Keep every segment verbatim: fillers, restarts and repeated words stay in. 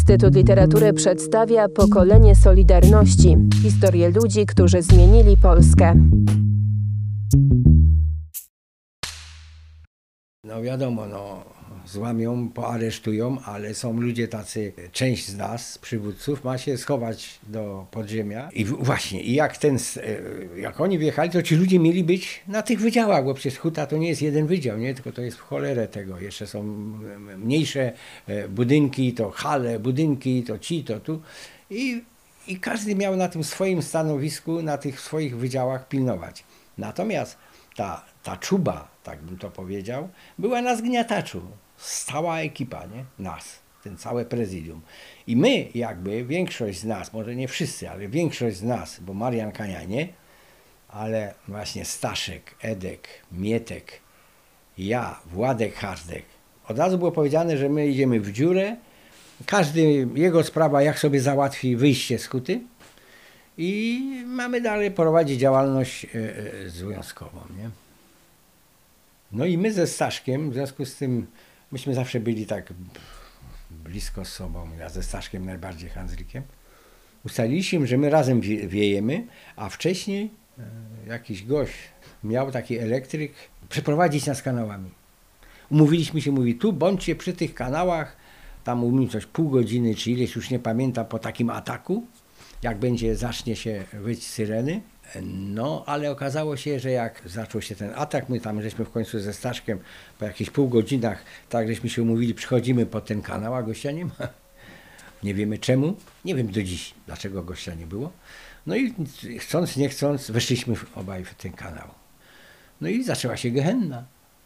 Instytut Literatury przedstawia Pokolenie Solidarności. Historię ludzi, którzy zmienili Polskę. No wiadomo, no, złamią, poaresztują, ale są ludzie tacy, część z nas, przywódców, ma się schować do podziemia. I właśnie, i jak, ten, jak oni wjechali, to ci ludzie mieli być na tych wydziałach, bo przecież Huta to nie jest jeden wydział, nie? Tylko to jest w cholerę tego. Jeszcze są mniejsze budynki, to hale, budynki, to ci, to tu. I, i każdy miał na tym swoim stanowisku, na tych swoich wydziałach pilnować. Natomiast ta, ta czuba, tak bym to powiedział, była na zgniataczu. Stała ekipa, nie? Nas, ten całe prezydium. I my jakby, większość z nas, może nie wszyscy, ale większość z nas, bo Marian Kania nie, ale właśnie Staszek, Edek, Mietek, ja, Władek Hasdek. Od razu było powiedziane, że my idziemy w dziurę, każdy, jego sprawa, jak sobie załatwi wyjście z Huty i mamy dalej prowadzić działalność e, e, związkową, nie? No i my ze Staszkiem, w związku z tym, myśmy zawsze byli tak blisko z sobą, ja ze Staszkiem najbardziej Hanzlikiem, ustaliliśmy, że my razem wiejemy, a wcześniej e, jakiś gość miał taki elektryk przeprowadzić nas kanałami. Umówiliśmy się, mówi, tu bądźcie przy tych kanałach, tam mówimy coś pół godziny czy ileś, już nie pamiętam, po takim ataku, jak będzie, zacznie się wyć syreny. No, ale okazało się, że jak zaczął się ten atak, my tam żeśmy w końcu ze Staszkiem po jakichś pół godzinach, tak żeśmy się umówili, przychodzimy pod ten kanał, a gościa nie ma. Nie wiemy czemu, nie wiem do dziś, dlaczego gościa nie było. No i chcąc, nie chcąc, weszliśmy obaj w ten kanał. No i zaczęła się gehenna.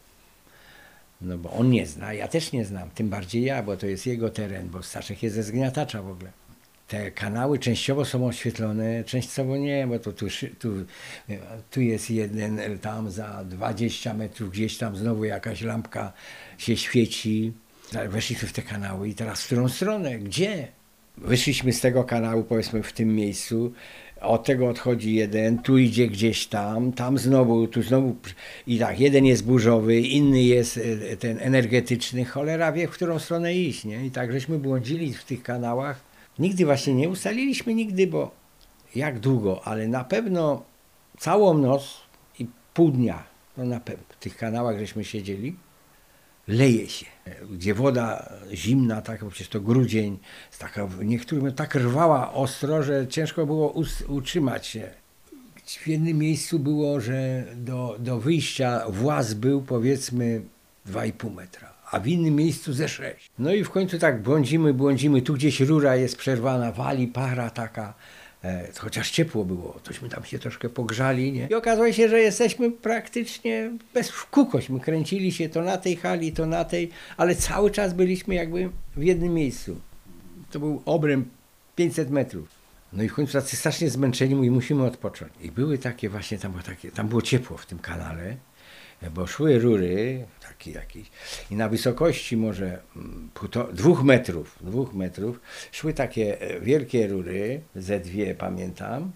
No bo on nie zna, ja też nie znam, tym bardziej ja, bo to jest jego teren, bo Staszek jest ze zgniatacza w ogóle. Te kanały częściowo są oświetlone, częściowo nie, bo to tu, tu, tu jest jeden, tam za dwadzieścia metrów gdzieś tam znowu jakaś lampka się świeci. Weszliśmy w te kanały i teraz w którą stronę? Gdzie? Wyszliśmy z tego kanału, powiedzmy w tym miejscu, od tego odchodzi jeden, tu idzie gdzieś tam, tam znowu, tu znowu i tak, jeden jest burzowy, inny jest ten energetyczny, cholera wie, w którą stronę iść, nie? I tak żeśmy błądzili w tych kanałach. Nigdy właśnie nie ustaliliśmy nigdy, bo jak długo, ale na pewno całą noc i pół dnia, no na pewno w tych kanałach żeśmy siedzieli, leje się, gdzie woda zimna, tak, bo przecież to grudzień, taka, niektórym tak rwała ostro, że ciężko było us, utrzymać się. W jednym miejscu było, że do, do wyjścia właz był powiedzmy dwa i pół metra. A w innym miejscu ze sześć. No i w końcu tak błądzimy, błądzimy, tu gdzieś rura jest przerwana, wali para taka, e, chociaż ciepło było, tośmy tam się troszkę pogrzali, nie? I okazało się, że jesteśmy praktycznie bez wkółkośmy, kręcili się to na tej hali, to na tej, ale cały czas byliśmy jakby w jednym miejscu. To był obręb pięćset metrów. No i w końcu tacy strasznie zmęczeni, mówi, musimy odpocząć. I były takie właśnie, tam było, takie, tam było ciepło w tym kanale, bo szły rury, takie jakieś, i na wysokości może półtora, dwóch metrów, dwóch metrów, szły takie wielkie rury, ze dwie pamiętam,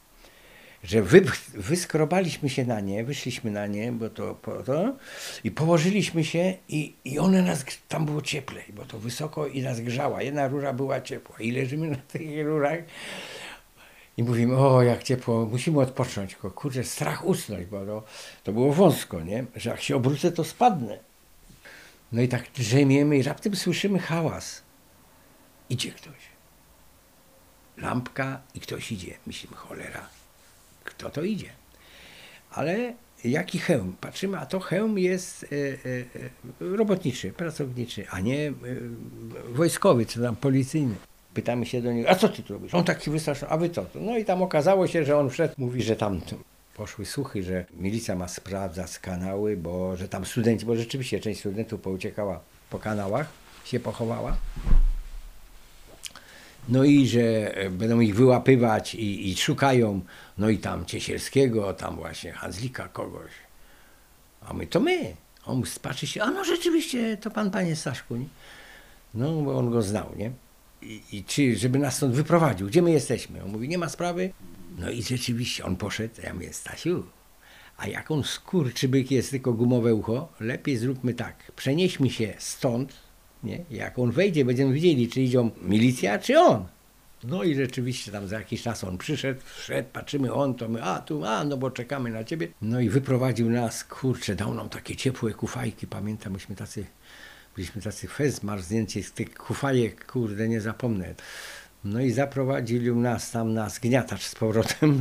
że wy, wyskrobaliśmy się na nie, wyszliśmy na nie, bo to, po to i położyliśmy się i, i one nas, tam było cieplej, bo to wysoko i nas grzała, jedna rura była ciepła i leżymy na tych rurach. I mówimy, o jak ciepło, musimy odpocząć, tylko kurczę, strach usnąć, bo to, to było wąsko, nie? Że jak się obrócę, to spadnę. No i tak drzemiemy i raptem słyszymy hałas. Idzie ktoś. Lampka i ktoś idzie. Myślimy, cholera, kto to idzie? Ale jaki hełm? Patrzymy, a to hełm jest e, e, robotniczy, pracowniczy, a nie e, wojskowy czy tam policyjny. Pytamy się do niego, a co ty tu robisz? On taki wystraszony, a wy co? No i tam okazało się, że on wszedł, mówi, że tam poszły słuchy, że milicja ma sprawdzać kanały, bo że tam studenci, bo rzeczywiście część studentów pouciekała po kanałach, się pochowała. No i że będą ich wyłapywać i, i szukają, no i tam Ciesielskiego, tam właśnie Hanzlika kogoś. A my to my. On patrzy się, a no rzeczywiście to pan, panie Staszku, nie? No bo on go znał, nie? I, i czy, żeby nas stąd wyprowadził, gdzie my jesteśmy? On mówi, nie ma sprawy. No i rzeczywiście on poszedł, ja mówię, Stasiu, a jak on skurczybyk jest tylko gumowe ucho, lepiej zróbmy tak, przenieśmy się stąd, Nie? Jak on wejdzie, będziemy wiedzieli, czy idą milicja, czy on. No i rzeczywiście tam za jakiś czas on przyszedł, wszedł, patrzymy, on to my, a tu, a no bo czekamy na ciebie. No i wyprowadził nas, kurczę, dał nam takie ciepłe kufajki, pamiętam, myśmy tacy, byliśmy tacy fez marznięci z tych kufajek, kurde, nie zapomnę. No i zaprowadził nas tam na zgniatacz z powrotem.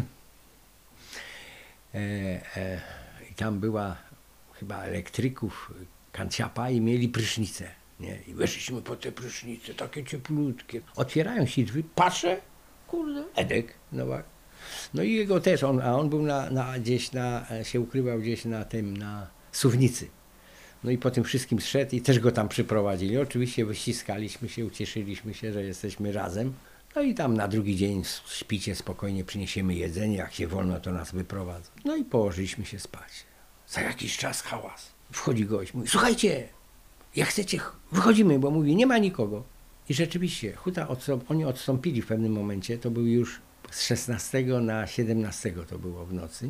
E, e, I tam była chyba elektryków kanciapa i mieli prysznice. Nie? I weszliśmy po te prysznice, takie cieplutkie. Otwierają się drzwi, patrzę, kurde, Edek Nowak. No i jego też, on, a on był na, na, gdzieś na, się ukrywał gdzieś na tym, na Suwnicy. No i po tym wszystkim zszedł i też go tam przyprowadzili. Oczywiście wyściskaliśmy się, ucieszyliśmy się, że jesteśmy razem. No i tam na drugi dzień śpicie spokojnie, przyniesiemy jedzenie, jak się wolno, to nas wyprowadzą. No i położyliśmy się spać. Za jakiś czas hałas. Wchodzi gość, mówi, słuchajcie, jak chcecie, wychodzimy, bo mówi, nie ma nikogo. I rzeczywiście, huta odstąp, oni odstąpili w pewnym momencie, to był już z szesnastego na siedemnastego to było w nocy.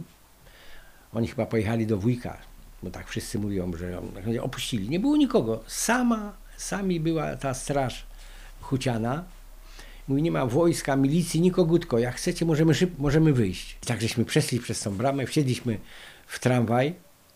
Oni chyba pojechali do wujka, bo tak wszyscy mówią, że on, opuścili. Nie było nikogo, sama, sami była ta straż huciana. Mówi, nie ma wojska, milicji, nikogutko, jak chcecie, możemy, szyb, możemy wyjść. I tak żeśmy przeszli przez tą bramę, wsiedliśmy w tramwaj,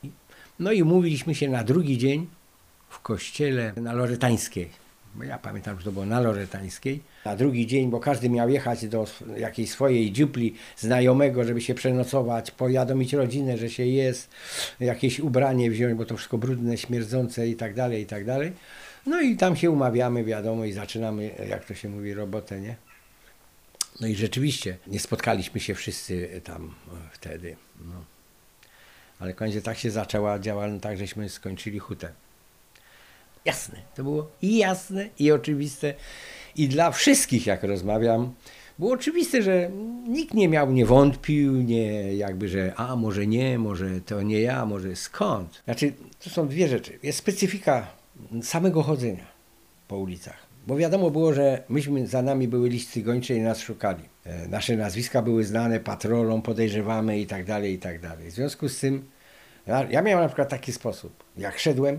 no i umówiliśmy się na drugi dzień w kościele na Loretańskiej. Bo ja pamiętam, że to było na Loretańskiej. Na drugi dzień, bo każdy miał jechać do jakiejś swojej dziupli znajomego, żeby się przenocować, powiadomić rodzinę, że się jest, jakieś ubranie wziąć, bo to wszystko brudne, śmierdzące i tak dalej, i tak dalej. No i tam się umawiamy, wiadomo, i zaczynamy, jak to się mówi, robotę, nie? No i rzeczywiście, nie spotkaliśmy się wszyscy tam wtedy, no. Ale końcu tak się zaczęła działalność, tak żeśmy skończyli hutę. Jasne, to było i jasne, i oczywiste. I dla wszystkich, jak rozmawiam, było oczywiste, że nikt nie miał, nie wątpił, nie jakby, że a może nie, może to nie ja, może skąd. Znaczy, to są dwie rzeczy. Jest specyfika samego chodzenia po ulicach. Bo wiadomo było, że myśmy, za nami były listy gończe i nas szukali. E, nasze nazwiska były znane patrolom, podejrzewamy i tak dalej, i tak dalej. W związku z tym, ja, ja miałem na przykład taki sposób. Jak szedłem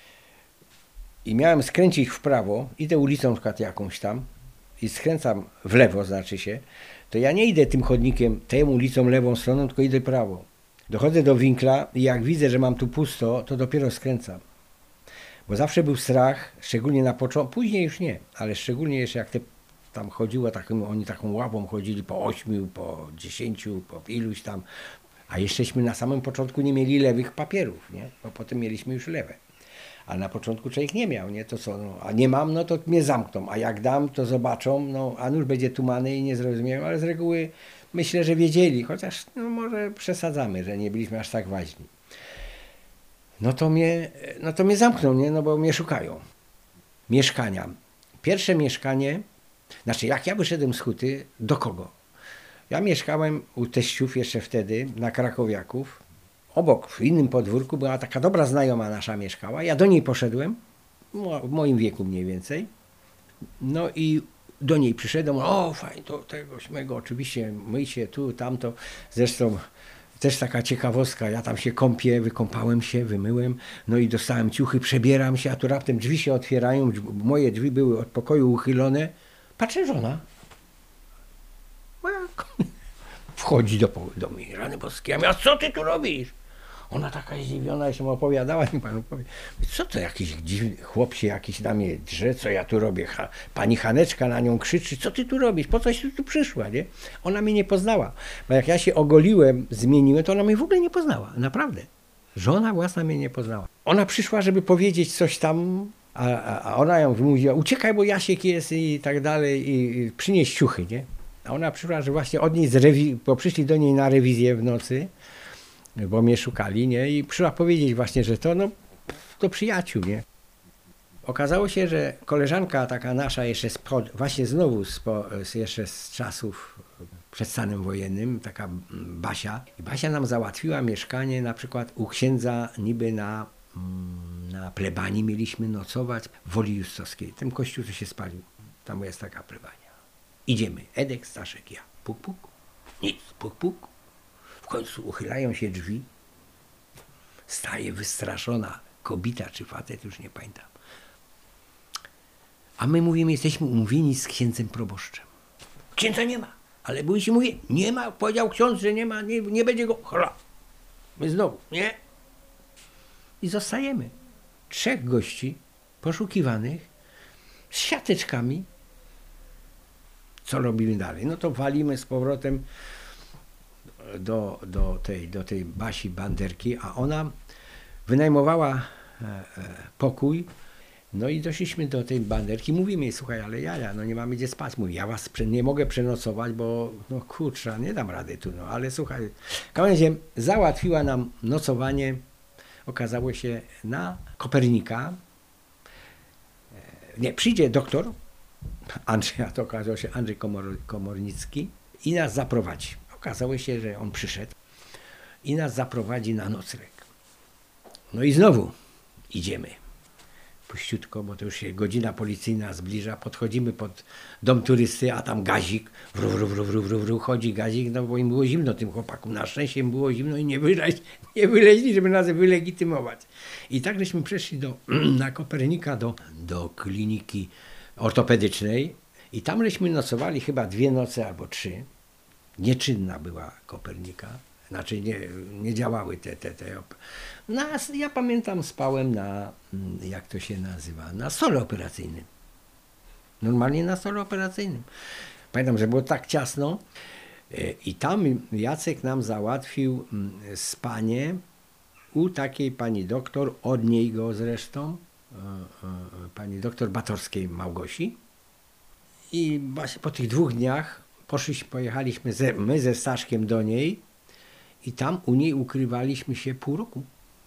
i miałem skręcić w prawo, idę ulicą na przykład jakąś tam i skręcam w lewo, znaczy się, to ja nie idę tym chodnikiem, tą ulicą lewą stroną, tylko idę prawo. Dochodzę do winkla i jak widzę, że mam tu pusto, to dopiero skręcam. Bo zawsze był strach, szczególnie na początku, później już nie, ale szczególnie jeszcze jak te, tam chodziło, taką, oni taką ławą chodzili po ośmiu, po dziesięciu, po iluś tam, a jeszcześmy na samym początku nie mieli lewych papierów, nie? Bo potem mieliśmy już lewe. A na początku człowiek nie miał, nie? To co, no, a nie mam, no to mnie zamkną, a jak dam, to zobaczą, no, a nuż będzie tumany i nie zrozumieją, ale z reguły myślę, że wiedzieli, chociaż no, może przesadzamy, że nie byliśmy aż tak ważni. No to mnie, no to mnie zamkną, nie? No bo mnie szukają. Mieszkania. Pierwsze mieszkanie, znaczy jak ja wyszedłem z huty, do kogo? Ja mieszkałem u teściów jeszcze wtedy, na Krakowiaków. Obok, w innym podwórku, była taka dobra znajoma nasza mieszkała. Ja do niej poszedłem, w moim wieku mniej więcej. No i do niej przyszedłem, o fajnie, to tego, śmego, oczywiście myj się tu, tamto. Zresztą też taka ciekawostka, ja tam się kąpię, wykąpałem się, wymyłem, no i dostałem ciuchy, przebieram się, a tu raptem drzwi się otwierają, moje drzwi były od pokoju uchylone. Patrzę, żona. Wchodzi do, do mnie, rany boskie, ja mówię, a co ty tu robisz? Ona taka zdziwiona, jeszcze mu opowiadała, i panu powie, co to jakiś dziwny chłop się jakiś na mnie drze, co ja tu robię? Ha, pani Haneczka na nią krzyczy, co ty tu robisz, po coś ty tu przyszła, nie? Ona mnie nie poznała, bo jak ja się ogoliłem, zmieniłem, to ona mnie w ogóle nie poznała, naprawdę. Żona własna mnie nie poznała. Ona przyszła, żeby powiedzieć coś tam, a, a, a ona ją wymówiła, uciekaj, bo Jasiek jest i tak dalej, i, i przynieś ciuchy, nie? A ona przyszła, że właśnie od niej, z rewi- bo przyszli do niej na rewizję w nocy, bo mnie szukali, nie? I przyszła powiedzieć właśnie, że to, no, to przyjaciół, nie? Okazało się, że koleżanka taka nasza jeszcze spod, właśnie znowu spo, jeszcze z czasów przed stanem wojennym, taka Basia. I Basia nam załatwiła mieszkanie na przykład u księdza niby na, na plebanii mieliśmy nocować w Woli Justowskiej. Ten kościół, co się spalił. Tam jest taka plebania. Idziemy. Edek, Staszek, ja. Puk, puk. Nic. Puk, puk. W końcu uchylają się drzwi. Staje wystraszona kobieta czy facet, już nie pamiętam. A my mówimy, jesteśmy umówieni z księdzem proboszczem. Księdza nie ma. Ale były się mówi, nie ma, powiedział ksiądz, że nie ma, nie, nie będzie go. Hola. My znowu, nie? I zostajemy. Trzech gości poszukiwanych z siateczkami. Co robimy dalej? No to walimy z powrotem do, do, tej, do tej Basi Banderki, a ona wynajmowała e, e, pokój. No i doszliśmy do tej Banderki, mówimy jej, słuchaj, ale jaja, no nie mamy gdzie spać. Mówi, ja was prze, nie mogę przenocować, bo no kurczę, nie dam rady tu, no ale słuchaj. W każdym razie załatwiła nam nocowanie, okazało się, na Kopernika. Nie, przyjdzie doktor, Andrzej, a to okazał się Andrzej Komor, Komornicki i nas zaprowadzi. Okazało się, że on przyszedł i nas zaprowadzi na nocleg. No i znowu idziemy. Puściutko, bo to już się godzina policyjna zbliża, podchodzimy pod dom turysty, a tam gazik, wru, wru, wru, wru, wru, wru, chodzi gazik, no bo im było zimno tym chłopakom, na szczęście im było zimno i nie, wyleźli, nie wyleźli, żeby nas wylegitymować. I tak żeśmy przeszli do, na Kopernika do, do kliniki ortopedycznej i tam żeśmy nocowali chyba dwie noce albo trzy. Nieczynna była Kopernika. Znaczy nie, nie działały te, te, te. No, ja pamiętam, spałem na, jak to się nazywa, na stole operacyjnym. Normalnie na stole operacyjnym. Pamiętam, że było tak ciasno i tam Jacek nam załatwił spanie u takiej pani doktor, od niej go zresztą, pani doktor Batorskiej Małgosi. I właśnie po tych dwóch dniach poszliśmy, pojechaliśmy ze, my ze Staszkiem do niej. I tam u niej ukrywaliśmy się pół roku.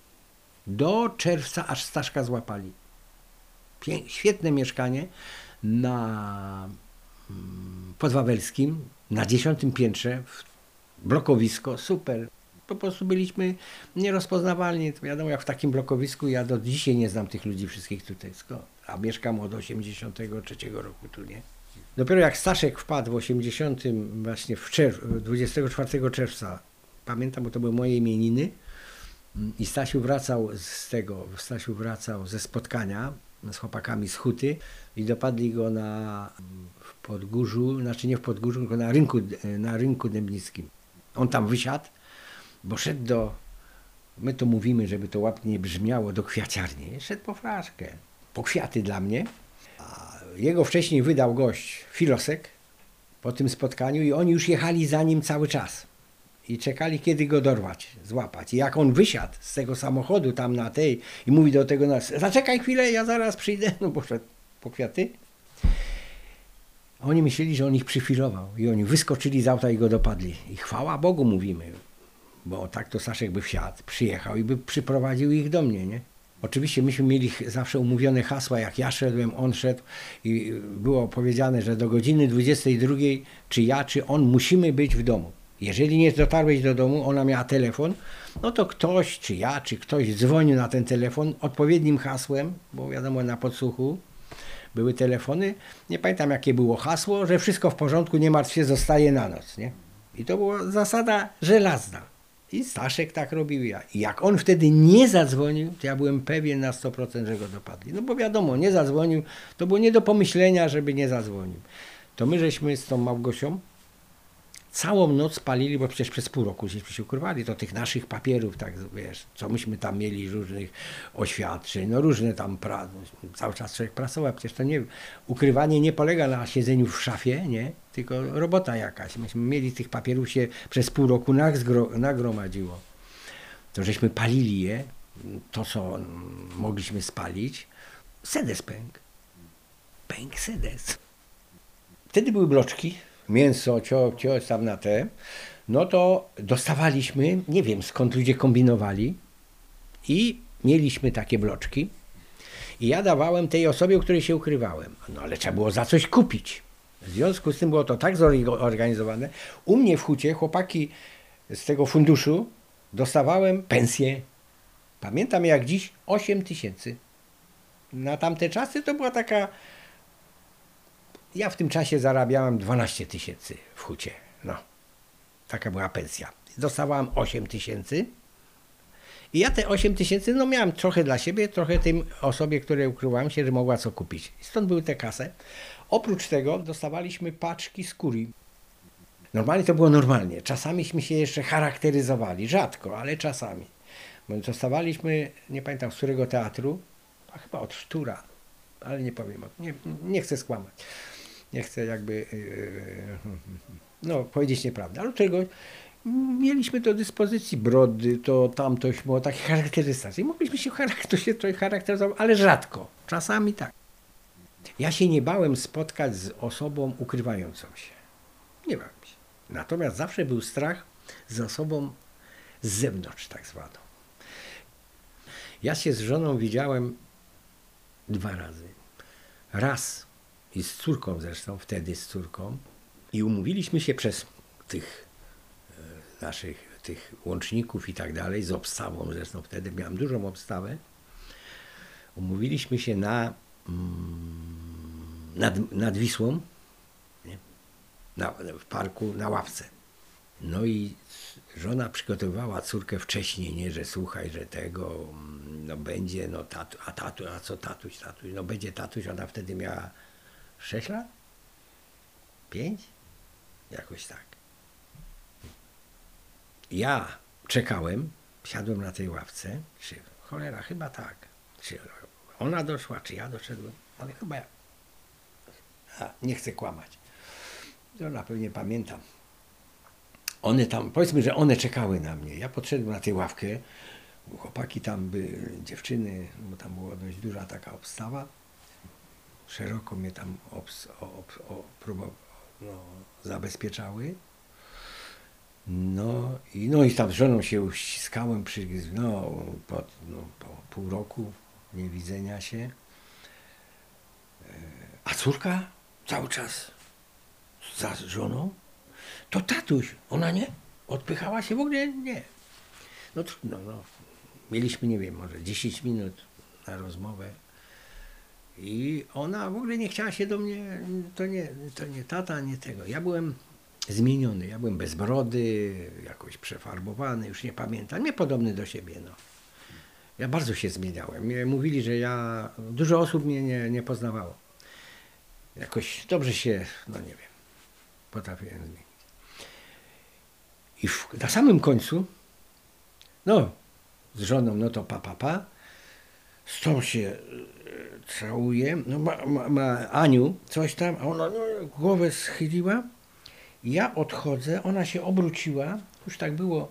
Do czerwca, aż Staszka złapali. Pię świetne mieszkanie na Podwawelskim, na dziesiątym piętrze, blokowisko, super. Po prostu byliśmy nierozpoznawalni. To wiadomo, jak w takim blokowisku, ja do dzisiaj nie znam tych ludzi wszystkich tutaj. A mieszkam od osiemdziesiątego trzeciego roku tu, nie? Dopiero jak Staszek wpadł w osiemdziesiątym, właśnie w czerw dwudziestego czwartego czerwca, pamiętam, bo to były moje imieniny i Stasiu wracał z tego, Stasiu wracał ze spotkania z chłopakami z Huty i dopadli go na, w Podgórzu, znaczy nie w Podgórzu, tylko na rynku, na rynku dębnickim. On tam wysiadł, bo szedł do, my to mówimy, żeby to ładnie nie brzmiało, do kwiaciarni. Szedł po flaszkę, po kwiaty dla mnie. A jego wcześniej wydał gość, Filosek, po tym spotkaniu i oni już jechali za nim cały czas. I czekali, kiedy go dorwać, złapać. I jak on wysiadł z tego samochodu tam na tej i mówi do tego nas, zaczekaj chwilę, ja zaraz przyjdę, no poszedł po kwiaty. A oni myśleli, że on ich przyfilował i oni wyskoczyli z auta i go dopadli. I chwała Bogu mówimy, bo tak to Staszek by wsiadł, przyjechał i by przyprowadził ich do mnie, nie? Oczywiście myśmy mieli zawsze umówione hasła, jak ja szedłem, on szedł i było powiedziane, że do godziny dwudziestej drugiej czy ja, czy on musimy być w domu. Jeżeli nie dotarłeś do domu, ona miała telefon, no to ktoś, czy ja, czy ktoś dzwonił na ten telefon odpowiednim hasłem, bo wiadomo, na podsłuchu były telefony. Nie pamiętam, jakie było hasło, że wszystko w porządku, nie martw się, zostaje na noc, nie? I to była zasada żelazna. I Staszek tak robił ja. I jak on wtedy nie zadzwonił, to ja byłem pewien na sto procent, że go dopadli. No bo wiadomo, nie zadzwonił, to było nie do pomyślenia, żeby nie zadzwonił. To my żeśmy z tą Małgosią całą noc palili, bo przecież przez pół roku żeśmy się ukrywali, to tych naszych papierów, tak wiesz, co myśmy tam mieli, różnych oświadczeń, no różne tam, pra, cały czas człowiek pracował, przecież to nie, ukrywanie nie polega na siedzeniu w szafie, nie, tylko robota jakaś. Myśmy mieli tych papierów, się przez pół roku nagromadziło. To żeśmy palili je, to co mogliśmy spalić, sedes pęk, pęk sedes. Wtedy były bloczki, mięso, cio, cio, tam na te, no to dostawaliśmy, nie wiem skąd ludzie kombinowali i mieliśmy takie bloczki i ja dawałem tej osobie, u której się ukrywałem, no ale trzeba było za coś kupić. W związku z tym było to tak zorganizowane. U mnie w Hucie chłopaki z tego funduszu dostawałem pensję. Pamiętam jak dziś osiem tysięcy. Na tamte czasy to była taka... Ja w tym czasie zarabiałem dwanaście tysięcy w Hucie. No, taka była pensja. Dostawałem osiem tysięcy I ja te osiem tysięcy, no miałem trochę dla siebie, trochę tym osobie, której ukryłam się, że mogła co kupić. Stąd były te kasy. Oprócz tego dostawaliśmy paczki skóry. Normalnie to było normalnie. Czasamiśmy się jeszcze charakteryzowali, rzadko, ale czasami. Bo dostawaliśmy, nie pamiętam z którego teatru, a chyba od Sztura, ale nie powiem, nie, nie chcę skłamać. Nie chcę jakby, yy, no powiedzieć nieprawdę, ale czego mieliśmy do dyspozycji brody, to tamtoś było takie charakterystyczne. I mogliśmy się, charakter, się trochę charakteryzować, ale rzadko. Czasami tak. Ja się nie bałem spotkać z osobą ukrywającą się. Nie bałem się. Natomiast zawsze był strach z osobą z zewnątrz tak zwaną. Ja się z żoną widziałem dwa razy. Raz i z córką zresztą, wtedy z córką. I umówiliśmy się przez tych e, naszych tych łączników i tak dalej, z obstawą zresztą wtedy miałem dużą obstawę. Umówiliśmy się na mm, nad, nad Wisłą, nie? Na, w parku, na ławce. No i żona przygotowywała córkę wcześniej, nie, że słuchaj, że tego, no będzie, no tatu, a tatu, a co tatuś, tatuś, no będzie tatuś, ona wtedy miała sześć lat? pięć? Jakoś tak. Ja czekałem, siadłem na tej ławce, czy cholera, chyba tak, czy ona doszła, czy ja doszedłem, ale chyba ja, a, nie chcę kłamać. To na pewno pamiętam. One tam, powiedzmy, że one czekały na mnie. Ja podszedłem na tę ławkę, chłopaki tam były, dziewczyny, bo tam była dość duża taka obstawa. Szeroko mnie tam obs, ob, ob, próbow, no, zabezpieczały. No i, no i tam z żoną się uściskałem przy, no, po, no, po pół roku niewidzenia się. A córka cały czas za żoną. To tatuś, ona nie? Odpychała się w ogóle? Nie. No trudno, no. Mieliśmy, nie wiem, może dziesięć minut na rozmowę i ona w ogóle nie chciała się do mnie, to nie, to nie tata, nie tego. Ja byłem zmieniony, ja byłem bez brody, jakoś przefarbowany, już nie pamiętam, nie podobny do siebie, no. Ja bardzo się zmieniałem. Mówili, że ja, dużo osób mnie nie, nie poznawało. Jakoś dobrze się, no nie wiem, potrafiłem zmienić. I w, na samym końcu, no, z żoną, no to pa, pa, pa, z tą się e, całuje, no ma, ma, ma Aniu, coś tam, a ona no, głowę schyliła, ja odchodzę, ona się obróciła, już tak było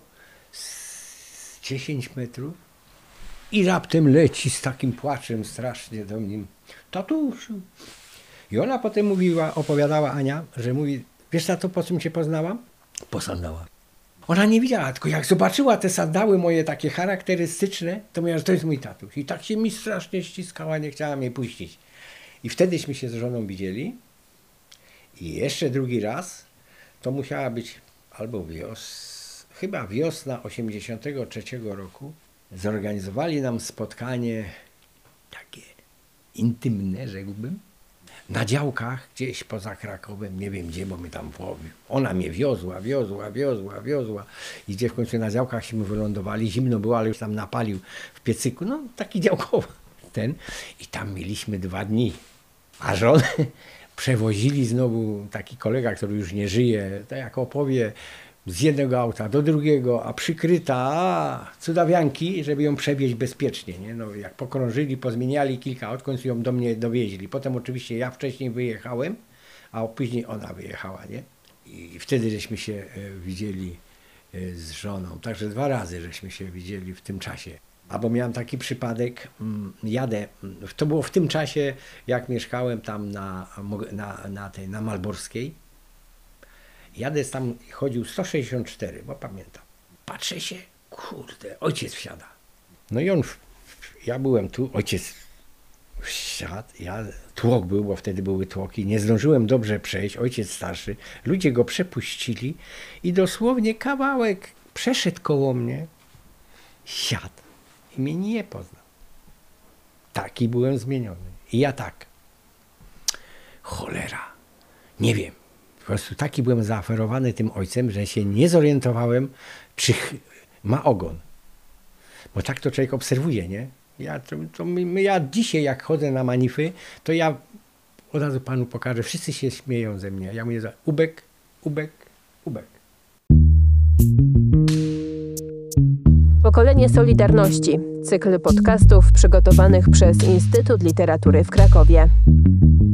z dziesięć metrów i raptem leci z takim płaczem strasznie do mnie, tatusiu. I ona potem mówiła, opowiadała Ania, że mówi, wiesz na to, po czym cię poznałam? Po sandałach. Ona nie widziała, tylko jak zobaczyła te sandały moje takie charakterystyczne, to mówiła, że to jest mój tatuś. I tak się mi strasznie ściskała, nie chciała mnie puścić. I wtedyśmy się z żoną widzieli. I jeszcze drugi raz, to musiała być albo wios, chyba wiosna osiemdziesiątego trzeciego roku. Zorganizowali nam spotkanie takie intymne, rzekłbym. Na działkach, gdzieś poza Krakowem, nie wiem gdzie, bo my tam, ona mnie wiozła, wiozła, wiozła, wiozła. I gdzie w końcu na działkachśmy wylądowali, zimno było, ale już tam napalił w piecyku, no taki działkowy ten. I tam mieliśmy dwa dni. A żonę przewozili znowu taki kolega, który już nie żyje, tak jak opowie, z jednego auta do drugiego, a przykryta, a, cudawianki, żeby ją przewieźć bezpiecznie. Nie? No, jak pokrążyli, pozmieniali kilka aut, w końcu ją do mnie dowieźli. Potem oczywiście ja wcześniej wyjechałem, a później ona wyjechała. Nie? I wtedy żeśmy się e, widzieli e, z żoną. Także dwa razy żeśmy się widzieli w tym czasie. Albo miałem taki przypadek, mm, jadę, to było w tym czasie, jak mieszkałem tam na, na, na tej, na Malborskiej. Jadę tam, chodził sto sześćdziesiąt cztery, bo pamiętam. Patrzę się, kurde, ojciec wsiada. No i on, ja byłem tu, ojciec wsiadł, ja, tłok był, bo wtedy były tłoki, nie zdążyłem dobrze przejść, ojciec starszy, ludzie go przepuścili i dosłownie kawałek przeszedł koło mnie, siadł i mnie nie poznał. Taki byłem zmieniony. I ja tak, cholera, nie wiem. Po prostu taki byłem zaaferowany tym ojcem, że się nie zorientowałem, czy ma ogon. Bo tak to człowiek obserwuje, nie? Ja, to, to my, my, ja dzisiaj jak chodzę na manify, to ja od razu panu pokażę, wszyscy się śmieją ze mnie. Ja mówię, za ubek, ubek, ubek. Pokolenie Solidarności. Cykl podcastów przygotowanych przez Instytut Literatury w Krakowie.